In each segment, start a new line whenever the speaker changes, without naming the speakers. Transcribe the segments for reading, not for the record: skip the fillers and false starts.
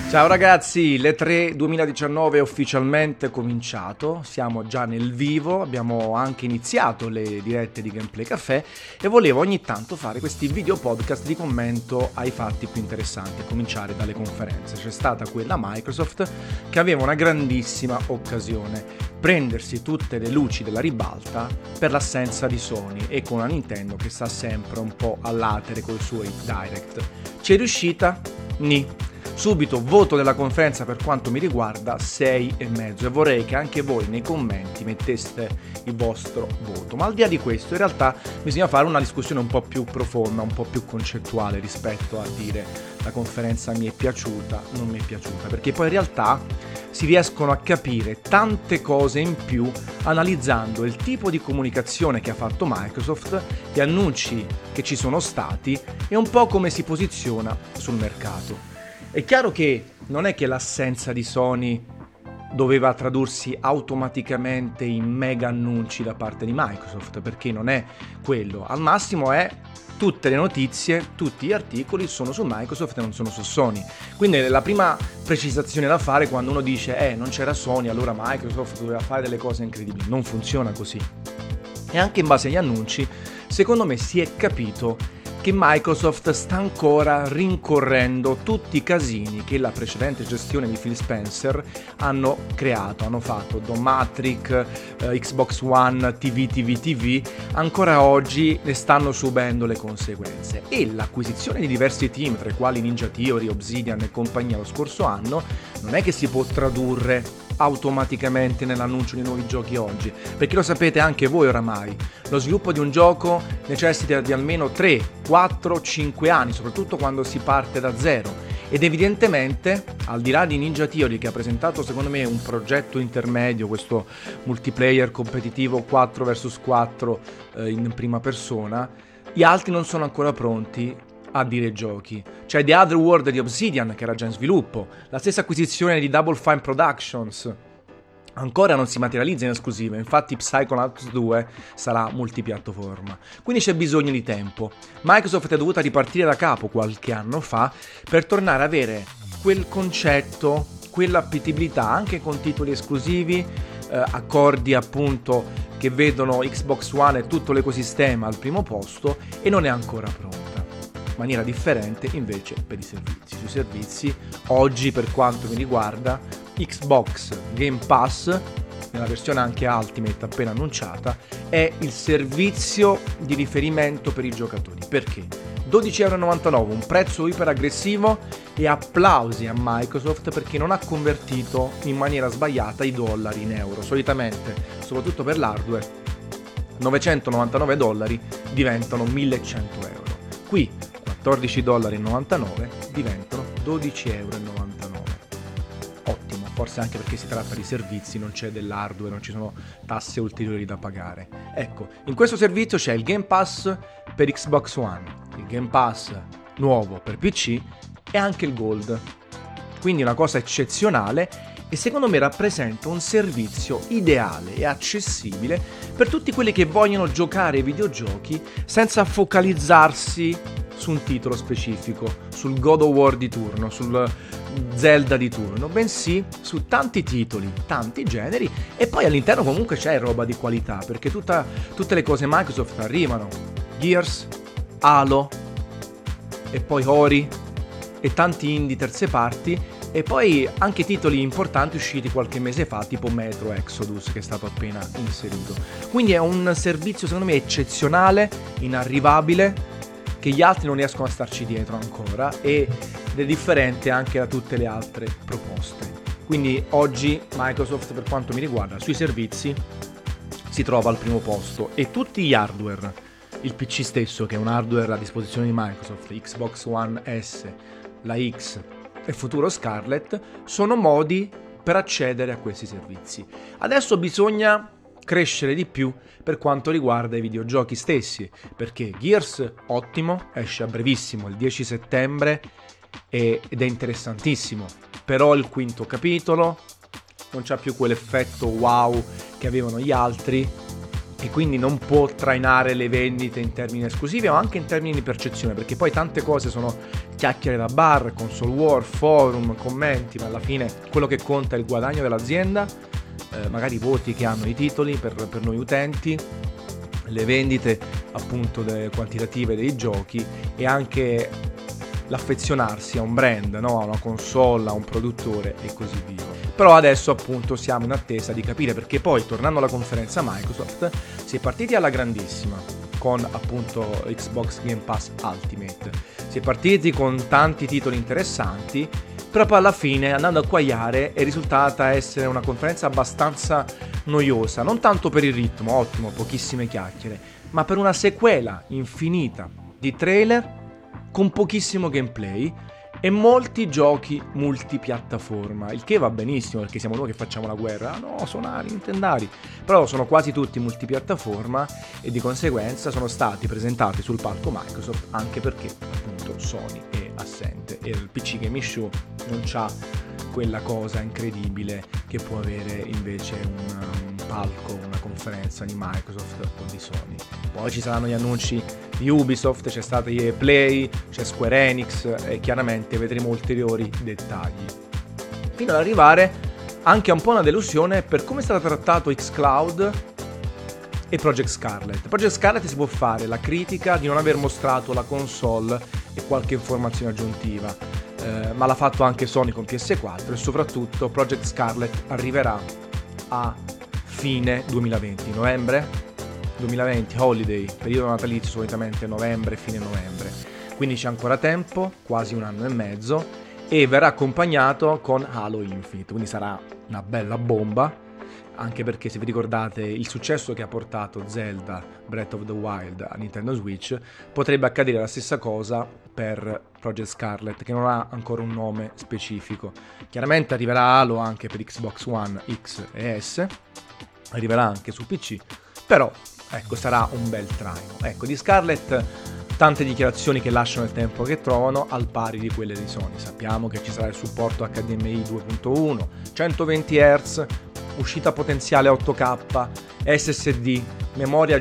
Ciao ragazzi, l'E3 2019 è ufficialmente cominciato, siamo già nel vivo, abbiamo anche iniziato le dirette di Gameplay Café e volevo ogni tanto fare questi video podcast di commento ai fatti più interessanti, a cominciare dalle conferenze. C'è stata quella Microsoft che aveva una grandissima occasione, prendersi tutte le luci della ribalta per l'assenza di Sony e con una Nintendo che sta sempre un po' a latere col suo Direct. Ci è riuscita? Nì. Subito voto della conferenza per quanto mi riguarda 6,5 e vorrei che anche voi nei commenti metteste il vostro voto. Ma al di là di questo in realtà bisogna fare una discussione un po' più profonda, un po' più concettuale rispetto a dire la conferenza mi è piaciuta, non mi è piaciuta, perché poi in realtà si riescono a capire tante cose in più analizzando il tipo di comunicazione che ha fatto Microsoft, gli annunci che ci sono stati e un po' come si posiziona sul mercato. È chiaro che non è che l'assenza di Sony doveva tradursi automaticamente in mega annunci da parte di Microsoft, perché non è quello. Al massimo è tutte le notizie, tutti gli articoli sono su Microsoft e non sono su Sony. Quindi la prima precisazione da fare quando uno dice non c'era Sony, allora Microsoft doveva fare delle cose incredibili. Non funziona così. E anche in base agli annunci, secondo me si è capito che Microsoft sta ancora rincorrendo tutti i casini che la precedente gestione di Phil Spencer hanno creato, hanno fatto Domatric, Xbox One, TV, ancora oggi ne stanno subendo le conseguenze e l'acquisizione di diversi team, tra i quali Ninja Theory, Obsidian e compagnia lo scorso anno, non è che si può tradurre automaticamente nell'annuncio di nuovi giochi oggi, perché lo sapete anche voi oramai, lo sviluppo di un gioco necessita di almeno 3, 4, 5 anni, soprattutto quando si parte da zero, ed evidentemente, al di là di Ninja Theory che ha presentato secondo me un progetto intermedio, questo multiplayer competitivo 4 vs 4 in prima persona, gli altri non sono ancora pronti a dire giochi. C'è The Other World di Obsidian che era già in sviluppo, la stessa acquisizione di Double Fine Productions ancora non si materializza in esclusiva, infatti Psychonauts 2 sarà multipiattaforma, quindi c'è bisogno di tempo. Microsoft è dovuta ripartire da capo qualche anno fa per tornare ad avere quel concetto, quell'appetibilità anche con titoli esclusivi, accordi appunto che vedono Xbox One e tutto l'ecosistema al primo posto, e non è ancora pronta. Maniera differente invece per i servizi. Sui servizi oggi, per quanto mi riguarda, Xbox Game Pass, nella versione anche Ultimate appena annunciata, è il servizio di riferimento per i giocatori. Perché? 12,99€, un prezzo iper aggressivo, e applausi a Microsoft perché non ha convertito in maniera sbagliata i dollari in euro. Solitamente, soprattutto per l'hardware, $999 diventano 1.100€. Qui $14,99 diventano €12,99. Ottimo, forse anche perché si tratta di servizi, non c'è dell'hardware, non ci sono tasse ulteriori da pagare. Ecco, in questo servizio c'è il Game Pass per Xbox One, il Game Pass nuovo per PC e anche il Gold. Quindi una cosa eccezionale e secondo me rappresenta un servizio ideale e accessibile per tutti quelli che vogliono giocare ai videogiochi senza focalizzarsi su un titolo specifico, sul God of War di turno, sul Zelda di turno, bensì su tanti titoli, tanti generi, e poi all'interno comunque c'è roba di qualità, perché tutte le cose Microsoft arrivano, Gears, Halo, e poi Ori, e tanti indie terze parti, e poi anche titoli importanti usciti qualche mese fa, tipo Metro Exodus, che è stato appena inserito. Quindi è un servizio secondo me eccezionale, inarrivabile, che gli altri non riescono a starci dietro ancora, ed è differente anche da tutte le altre proposte. Quindi oggi Microsoft, per quanto mi riguarda, sui servizi si trova al primo posto, e tutti gli hardware, il PC stesso che è un hardware a disposizione di Microsoft, Xbox One S, la X e futuro Scarlett, sono modi per accedere a questi servizi. Adesso bisogna crescere di più per quanto riguarda i videogiochi stessi, perché Gears, ottimo, esce a brevissimo, il 10 settembre, ed è interessantissimo, però il quinto capitolo non c'ha più quell'effetto wow che avevano gli altri, e quindi non può trainare le vendite in termini esclusivi, ma anche in termini di percezione, perché poi tante cose sono chiacchiere da bar, console war, forum, commenti, ma alla fine quello che conta è il guadagno dell'azienda, magari i voti che hanno i titoli per noi utenti, le vendite appunto quantitative dei giochi e anche l'affezionarsi a un brand, no? A una console, a un produttore e così via. Però adesso appunto siamo in attesa di capire, perché poi tornando alla conferenza Microsoft si è partiti alla grandissima con appunto Xbox Game Pass Ultimate, si è partiti con tanti titoli interessanti, però poi alla fine andando a quagliare è risultata essere una conferenza abbastanza noiosa, non tanto per il ritmo, ottimo, pochissime chiacchiere, ma per una sequela infinita di trailer con pochissimo gameplay e molti giochi multipiattaforma, il che va benissimo perché siamo noi che facciamo la guerra, no, sono nintendari, però sono quasi tutti multipiattaforma e di conseguenza sono stati presentati sul palco Microsoft, anche perché appunto Sony è assente e il PC Gaming Show non c'ha quella cosa incredibile che può avere invece un palco, una conferenza di Microsoft o di Sony. Poi ci saranno gli annunci di Ubisoft, c'è stata EA Play, c'è Square Enix e chiaramente vedremo ulteriori dettagli. Fino ad arrivare anche a un po' una delusione per come è stato trattato xCloud e Project Scarlet. Project Scarlet si può fare la critica di non aver mostrato la console e qualche informazione aggiuntiva, ma l'ha fatto anche Sony con PS4 e soprattutto Project Scarlet arriverà a fine 2020, novembre 2020, holiday, periodo natalizio solitamente novembre, fine novembre, quindi c'è ancora tempo, quasi un anno e mezzo, e verrà accompagnato con Halo Infinite, quindi sarà una bella bomba, anche perché se vi ricordate il successo che ha portato Zelda Breath of the Wild a Nintendo Switch, potrebbe accadere la stessa cosa per Project Scarlet, che non ha ancora un nome specifico. Chiaramente arriverà Halo anche per Xbox One X e S, arriverà anche su PC, però ecco, sarà un bel traino. Ecco, di Scarlet tante dichiarazioni che lasciano il tempo che trovano, al pari di quelle di Sony. Sappiamo che ci sarà il supporto HDMI 2.1, 120 Hz, uscita potenziale 8K, SSD, memoria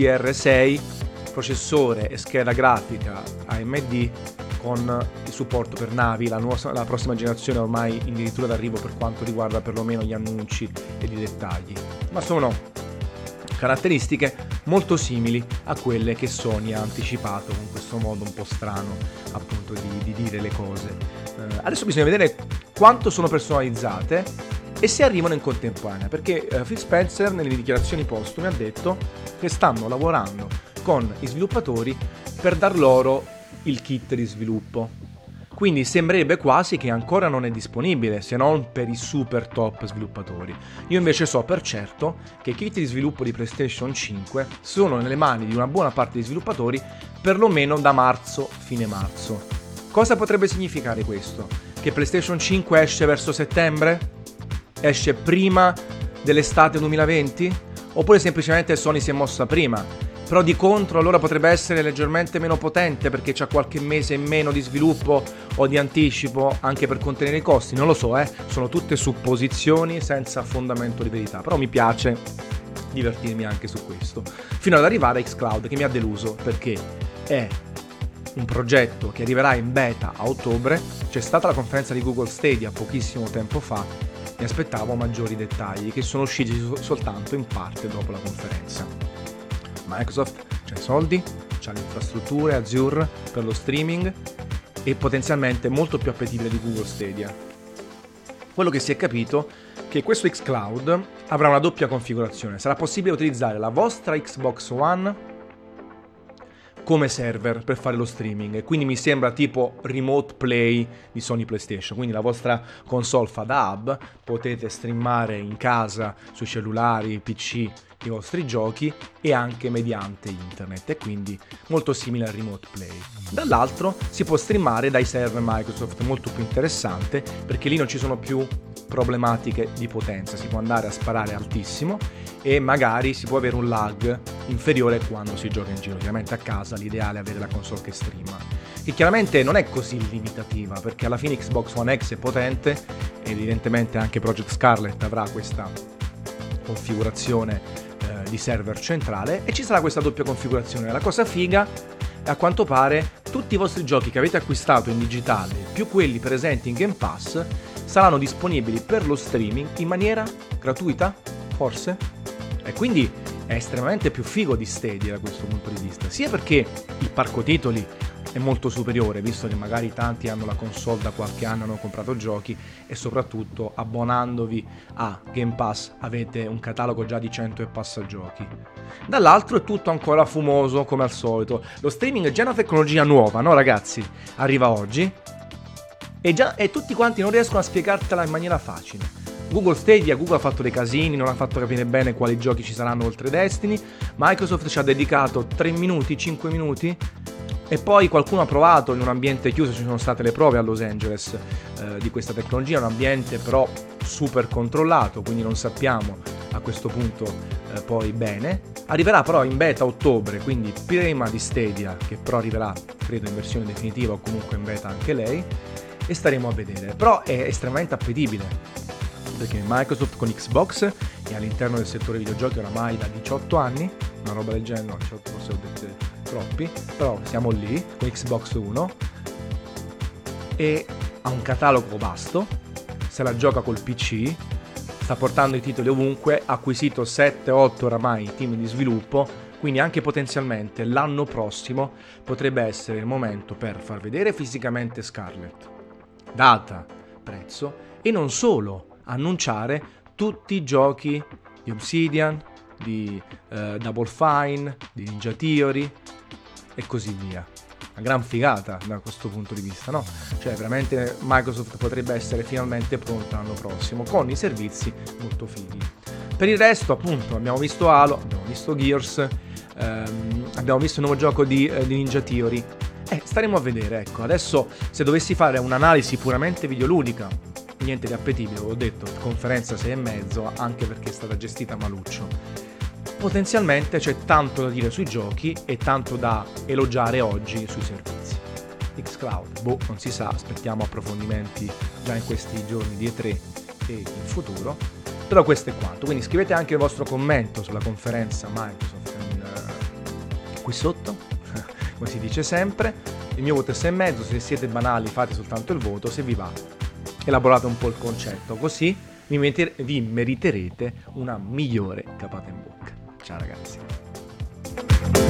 GDDR6, processore e scheda grafica AMD con il supporto per navi, la prossima generazione ormai addirittura d'arrivo per quanto riguarda perlomeno gli annunci e i dettagli. Ma sono caratteristiche molto simili a quelle che Sony ha anticipato con questo modo un po' strano appunto di dire le cose. Adesso bisogna vedere quanto sono personalizzate e se arrivano in contemporanea, perché Phil Spencer nelle dichiarazioni postume ha detto che stanno lavorando con i sviluppatori per dar loro il kit di sviluppo. Quindi sembrerebbe quasi che ancora non è disponibile, se non per i super top sviluppatori. Io invece so per certo che i kit di sviluppo di PlayStation 5 sono nelle mani di una buona parte di sviluppatori perlomeno da marzo, fine marzo. Cosa potrebbe significare questo? Che PlayStation 5 esce verso settembre? Esce prima dell'estate 2020? Oppure semplicemente Sony si è mossa prima? Però di contro allora potrebbe essere leggermente meno potente perché c'ha qualche mese in meno di sviluppo o di anticipo anche per contenere i costi, non lo so, sono tutte supposizioni senza fondamento di verità, però mi piace divertirmi anche su questo, fino ad arrivare a xCloud che mi ha deluso perché è un progetto che arriverà in beta a ottobre, c'è stata la conferenza di Google Stadia pochissimo tempo fa, mi aspettavo maggiori dettagli che sono usciti soltanto in parte dopo la conferenza. Microsoft c'ha i soldi, c'ha le infrastrutture Azure per lo streaming e potenzialmente molto più appetibile di Google Stadia. Quello che si è capito è che questo xCloud avrà una doppia configurazione, sarà possibile utilizzare la vostra Xbox One come server per fare lo streaming e quindi mi sembra tipo remote play di Sony PlayStation, quindi la vostra console fa da hub, potete streamare in casa sui cellulari, PC i vostri giochi e anche mediante internet e quindi molto simile al remote play. Dall'altro si può streamare dai server Microsoft, molto più interessante perché lì non ci sono più problematiche di potenza, si può andare a sparare altissimo e magari si può avere un lag inferiore quando si gioca in giro. Chiaramente a casa l'ideale è avere la console che streama, che chiaramente non è così limitativa perché alla fine Xbox One X è potente e evidentemente anche Project Scarlet avrà questa configurazione di server centrale e ci sarà questa doppia configurazione. La cosa figa è, a quanto pare, tutti i vostri giochi che avete acquistato in digitale, più quelli presenti in Game Pass, saranno disponibili per lo streaming in maniera gratuita, forse? E quindi è estremamente più figo di Stadia da questo punto di vista, sia perché il parco titoli è molto superiore, visto che magari tanti hanno la console da qualche anno, hanno comprato giochi, e soprattutto abbonandovi a Game Pass avete un catalogo già di 100 e passa giochi. Dall'altro è tutto ancora fumoso come al solito. Lo streaming è già una tecnologia nuova, no ragazzi? Arriva oggi e tutti quanti non riescono a spiegartela in maniera facile. Google ha fatto dei casini, non ha fatto capire bene quali giochi ci saranno oltre Destiny. Microsoft ci ha dedicato 3 minuti, 5 minuti, e poi qualcuno ha provato in un ambiente chiuso. Ci sono state le prove a Los Angeles di questa tecnologia, un ambiente però super controllato, quindi non sappiamo a questo punto poi bene. Arriverà però in beta a ottobre, quindi prima di Stadia, che però arriverà credo in versione definitiva o comunque in beta anche lei, e staremo a vedere. Però è estremamente appetibile, perché Microsoft con Xbox è all'interno del settore videogiochi oramai da 18 anni, una roba del genere, no, 18 forse ho detto troppi, però siamo lì con Xbox One, e ha un catalogo vasto, se la gioca col PC, sta portando i titoli ovunque, ha acquisito 7-8 oramai team di sviluppo, quindi anche potenzialmente l'anno prossimo potrebbe essere il momento per far vedere fisicamente Scarlet, data, prezzo, e non solo, annunciare tutti i giochi di Obsidian, di Double Fine, di Ninja Theory e così via. Una gran figata da questo punto di vista, no? Cioè veramente Microsoft potrebbe essere finalmente pronta l'anno prossimo con i servizi molto fighi. Per il resto, appunto, abbiamo visto Halo, abbiamo visto Gears, abbiamo visto il nuovo gioco di Ninja Theory. Staremo a vedere, ecco. Adesso, se dovessi fare un'analisi puramente videoludica, niente di appetibile, ho detto, conferenza 6,5, anche perché è stata gestita maluccio. Potenzialmente c'è tanto da dire sui giochi e tanto da elogiare oggi sui servizi. xCloud, non si sa, aspettiamo approfondimenti già in questi giorni di E3 e in futuro, però questo è quanto. Quindi scrivete anche il vostro commento sulla conferenza Microsoft qui sotto, come si dice sempre. Il mio voto è 6,5, se siete banali fate soltanto il voto, se vi va elaborate un po' il concetto, così vi meriterete una migliore capata in bocca. Ciao ragazzi.